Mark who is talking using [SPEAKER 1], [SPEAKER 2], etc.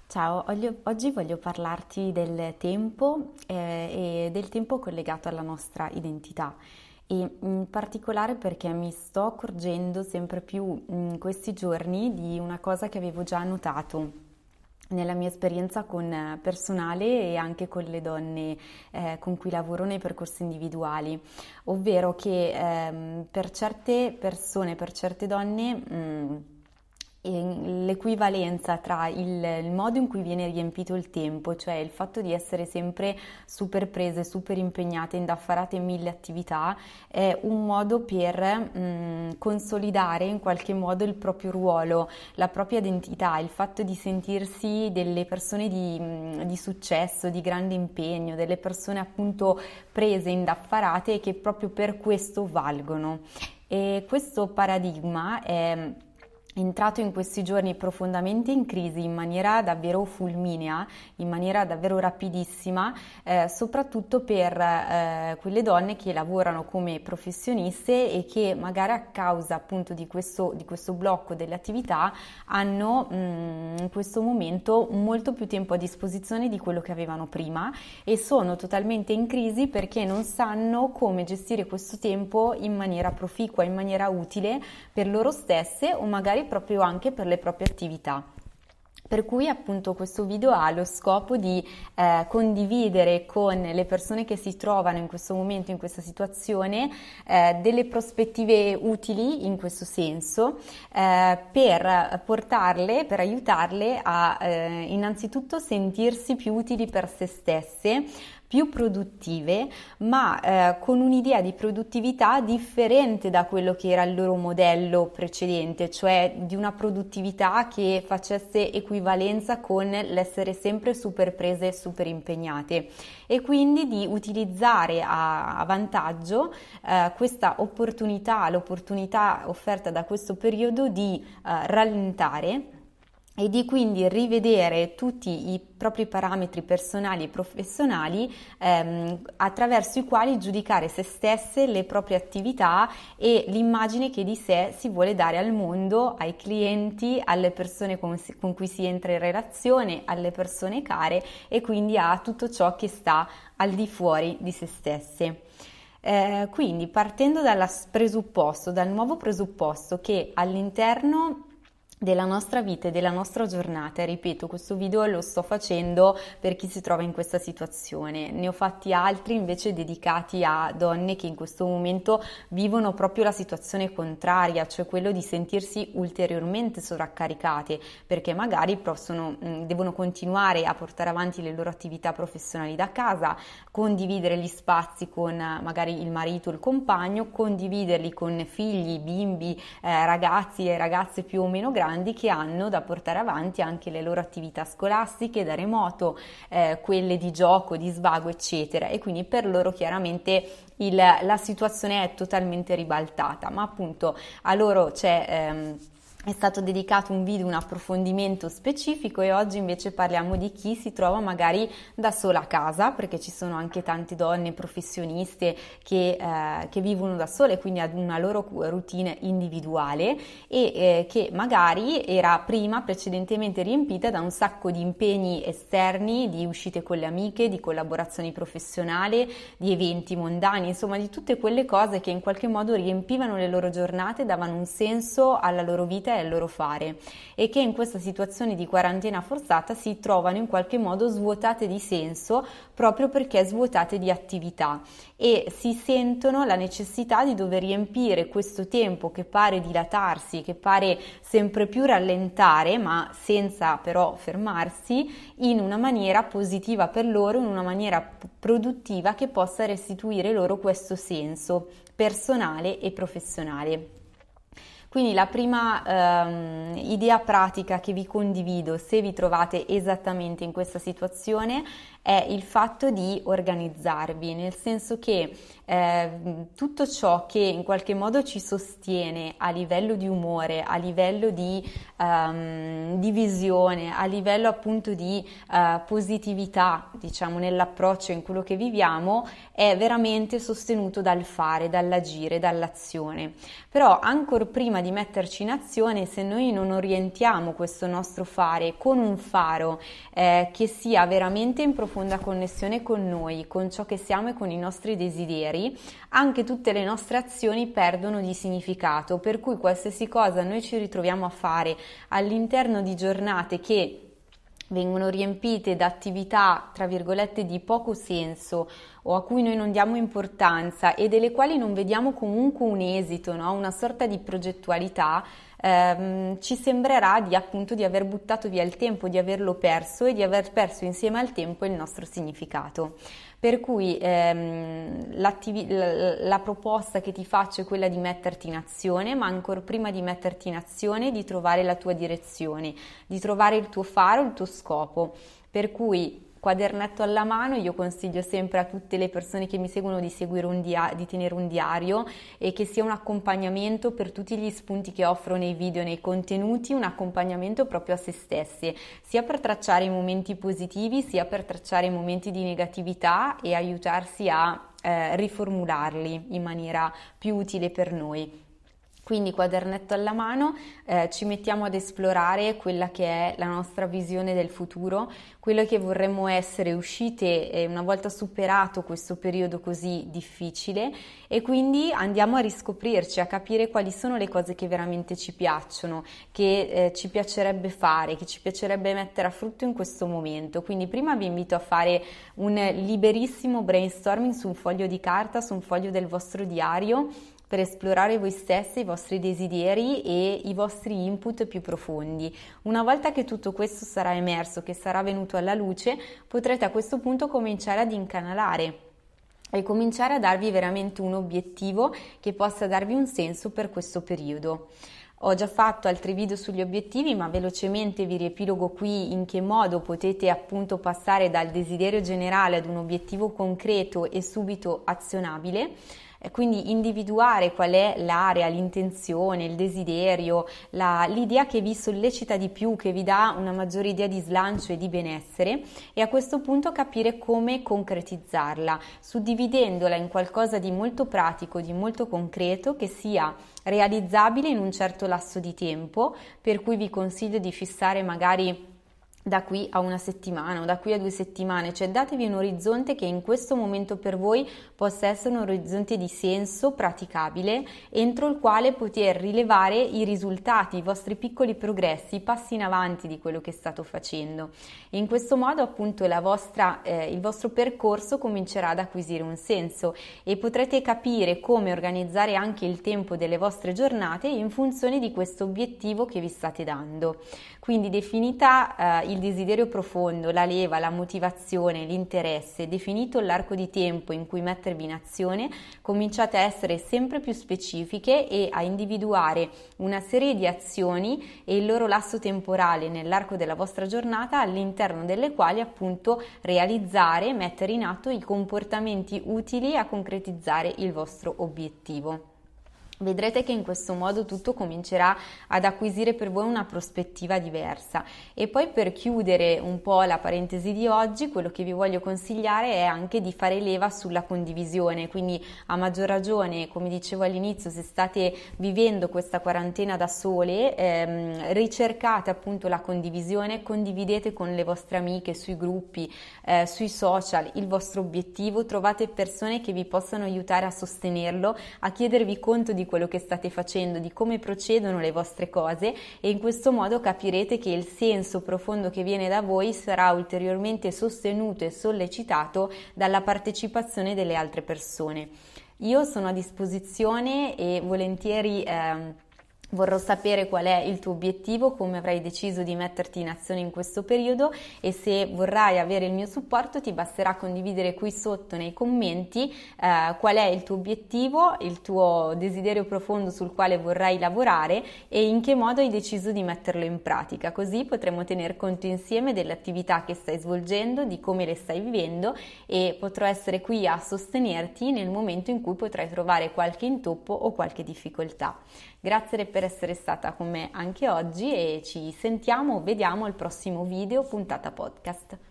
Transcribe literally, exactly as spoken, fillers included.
[SPEAKER 1] Ciao, oggi oggi voglio parlarti del tempo eh, e del tempo collegato alla nostra identità e in particolare perché mi sto accorgendo sempre più in questi giorni di una cosa che avevo già notato nella mia esperienza con eh, personale e anche con le donne eh, con cui lavoro nei percorsi individuali, ovvero che ehm, per certe persone, per certe donne, mh, e l'equivalenza tra il, il modo in cui viene riempito il tempo, cioè il fatto di essere sempre super prese, super impegnate, indaffarate in mille attività, è un modo per mh, consolidare in qualche modo il proprio ruolo, la propria identità, il fatto di sentirsi delle persone di, mh, di successo, di grande impegno, delle persone appunto prese, indaffarate e che proprio per questo valgono. E questo paradigma è entrato in questi giorni profondamente in crisi in maniera davvero fulminea, in maniera davvero rapidissima, eh, soprattutto per eh, quelle donne che lavorano come professioniste e che magari a causa appunto di questo, di questo blocco delle attività hanno mh, in questo momento molto più tempo a disposizione di quello che avevano prima e sono totalmente in crisi perché non sanno come gestire questo tempo in maniera proficua, in maniera utile per loro stesse o magari proprio anche per le proprie attività. Per cui appunto questo video ha lo scopo di eh, condividere con le persone che si trovano in questo momento, in questa situazione, eh, delle prospettive utili in questo senso, eh, per portarle, per aiutarle a eh, innanzitutto sentirsi più utili per se stesse, più produttive, ma eh, con un'idea di produttività differente da quello che era il loro modello precedente, cioè di una produttività che facesse equivalenza con l'essere sempre super prese e super impegnate e quindi di utilizzare a, a vantaggio eh, questa opportunità, l'opportunità offerta da questo periodo di eh, rallentare e di quindi rivedere tutti i propri parametri personali e professionali ehm, attraverso i quali giudicare se stesse, le proprie attività e l'immagine che di sé si vuole dare al mondo, ai clienti, alle persone con, con cui si entra in relazione, alle persone care e quindi a tutto ciò che sta al di fuori di se stesse. Eh, quindi partendo dal presupposto, dal nuovo presupposto che all'interno della nostra vita e della nostra giornata, ripeto, questo video lo sto facendo per chi si trova in questa situazione, ne ho fatti altri invece dedicati a donne che in questo momento vivono proprio la situazione contraria, cioè quello di sentirsi ulteriormente sovraccaricate perché magari possono, devono continuare a portare avanti le loro attività professionali da casa, condividere gli spazi con magari il marito, il compagno, condividerli con figli, bimbi, eh, ragazzi e ragazze più o meno grandi che hanno da portare avanti anche le loro attività scolastiche da remoto, eh, quelle di gioco, di svago, eccetera. E quindi per loro chiaramente il, la situazione è totalmente ribaltata, ma appunto a loro c'è... Ehm, È stato dedicato un video, un approfondimento specifico e oggi invece parliamo di chi si trova magari da sola a casa, perché ci sono anche tante donne professioniste che, eh, che vivono da sole, quindi hanno una loro routine individuale e eh, che magari era prima precedentemente riempita da un sacco di impegni esterni, di uscite con le amiche, di collaborazioni professionali, di eventi mondani, insomma di tutte quelle cose che in qualche modo riempivano le loro giornate, davano un senso alla loro vita e al loro fare e che in questa situazione di quarantena forzata si trovano in qualche modo svuotate di senso proprio perché svuotate di attività e si sentono la necessità di dover riempire questo tempo che pare dilatarsi, che pare sempre più rallentare ma senza però fermarsi in una maniera positiva per loro, in una maniera produttiva che possa restituire loro questo senso personale e professionale. Quindi la prima ehm, idea pratica che vi condivido se vi trovate esattamente in questa situazione è il fatto di organizzarvi, nel senso che eh, tutto ciò che in qualche modo ci sostiene a livello di umore, a livello di, um, di visione, a livello appunto di uh, positività, diciamo, nell'approccio, in quello che viviamo, è veramente sostenuto dal fare, dall'agire, dall'azione. Però ancora prima di metterci in azione, se noi non orientiamo questo nostro fare con un faro eh, che sia veramente in profonda connessione con noi, con ciò che siamo e con i nostri desideri, anche tutte le nostre azioni perdono di significato, per cui qualsiasi cosa noi ci ritroviamo a fare all'interno di giornate che vengono riempite da attività, tra virgolette, di poco senso o a cui noi non diamo importanza e delle quali non vediamo comunque un esito, no? Una sorta di progettualità, ehm, ci sembrerà di appunto di aver buttato via il tempo, di averlo perso e di aver perso insieme al tempo il nostro significato. Per cui ehm, la, la proposta che ti faccio è quella di metterti in azione, ma ancora prima di metterti in azione di trovare la tua direzione, di trovare il tuo faro, il tuo scopo. Per cui quadernetto alla mano, io consiglio sempre a tutte le persone che mi seguono di seguire un dia- di tenere un diario e che sia un accompagnamento per tutti gli spunti che offro nei video, nei contenuti, un accompagnamento proprio a se stesse, sia per tracciare i momenti positivi, sia per tracciare i momenti di negatività e aiutarsi a eh, riformularli in maniera più utile per noi. Quindi quadernetto alla mano, eh, ci mettiamo ad esplorare quella che è la nostra visione del futuro, quello che vorremmo essere uscite eh, una volta superato questo periodo così difficile, e quindi andiamo a riscoprirci, a capire quali sono le cose che veramente ci piacciono, che eh, ci piacerebbe fare, che ci piacerebbe mettere a frutto in questo momento. Quindi prima vi invito a fare un liberissimo brainstorming su un foglio di carta, su un foglio del vostro diario, per esplorare voi stessi, i vostri desideri e i vostri input più profondi. Una volta che tutto questo sarà emerso, che sarà venuto alla luce, potrete a questo punto cominciare ad incanalare e cominciare a darvi veramente un obiettivo che possa darvi un senso per questo periodo. Ho già fatto altri video sugli obiettivi, ma velocemente vi riepilogo qui in che modo potete appunto passare dal desiderio generale ad un obiettivo concreto e subito azionabile. Quindi individuare qual è l'area, l'intenzione, il desiderio, la, l'idea che vi sollecita di più, che vi dà una maggiore idea di slancio e di benessere, e a questo punto capire come concretizzarla, suddividendola in qualcosa di molto pratico, di molto concreto, che sia realizzabile in un certo lasso di tempo, per cui vi consiglio di fissare magari da qui a una settimana o da qui a due settimane, cioè datevi un orizzonte che in questo momento per voi possa essere un orizzonte di senso praticabile, entro il quale poter rilevare i risultati, i vostri piccoli progressi, i passi in avanti di quello che state facendo. E in questo modo appunto la vostra, eh, il vostro percorso comincerà ad acquisire un senso e potrete capire come organizzare anche il tempo delle vostre giornate in funzione di questo obiettivo che vi state dando. Quindi definita eh, il desiderio profondo, la leva, la motivazione, l'interesse, definito l'arco di tempo in cui mettervi in azione, cominciate a essere sempre più specifiche e a individuare una serie di azioni e il loro lasso temporale nell'arco della vostra giornata, all'interno delle quali appunto realizzare, mettere in atto i comportamenti utili a concretizzare il vostro obiettivo. Vedrete che in questo modo tutto comincerà ad acquisire per voi una prospettiva diversa. E poi, per chiudere un po' la parentesi di oggi, quello che vi voglio consigliare è anche di fare leva sulla condivisione, quindi a maggior ragione, come dicevo all'inizio, se state vivendo questa quarantena da sole, ehm, ricercate appunto la condivisione, condividete con le vostre amiche sui gruppi, eh, sui social il vostro obiettivo, trovate persone che vi possano aiutare a sostenerlo, a chiedervi conto di quello che state facendo, di come procedono le vostre cose, e in questo modo capirete che il senso profondo che viene da voi sarà ulteriormente sostenuto e sollecitato dalla partecipazione delle altre persone. Io sono a disposizione e volentieri eh, Vorrò sapere qual è il tuo obiettivo, come avrai deciso di metterti in azione in questo periodo, e se vorrai avere il mio supporto ti basterà condividere qui sotto nei commenti eh, qual è il tuo obiettivo, il tuo desiderio profondo sul quale vorrai lavorare e in che modo hai deciso di metterlo in pratica, così potremo tener conto insieme delle attività che stai svolgendo, di come le stai vivendo, e potrò essere qui a sostenerti nel momento in cui potrai trovare qualche intoppo o qualche difficoltà. Grazie per essere stata con me anche oggi e ci sentiamo o vediamo al prossimo video puntata podcast.